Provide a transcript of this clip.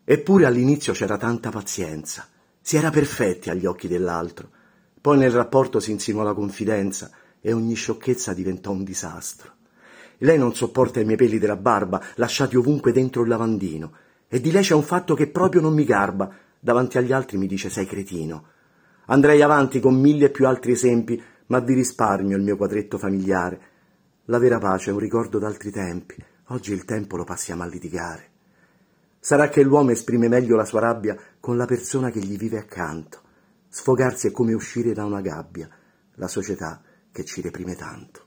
Eppure all'inizio c'era tanta pazienza. Si era perfetti agli occhi dell'altro. Poi nel rapporto si insinuò la confidenza e ogni sciocchezza diventò un disastro. Lei non sopporta i miei peli della barba, lasciati ovunque dentro il lavandino. E di lei c'è un fatto che proprio non mi garba. Davanti agli altri mi dice sei cretino. Andrei avanti con 1000 più altri esempi, ma vi risparmio il mio quadretto familiare. La vera pace è un ricordo d'altri tempi. Oggi il tempo lo passiamo a litigare. Sarà che l'uomo esprime meglio la sua rabbia con la persona che gli vive accanto. Sfogarsi è come uscire da una gabbia, la società che ci reprime tanto.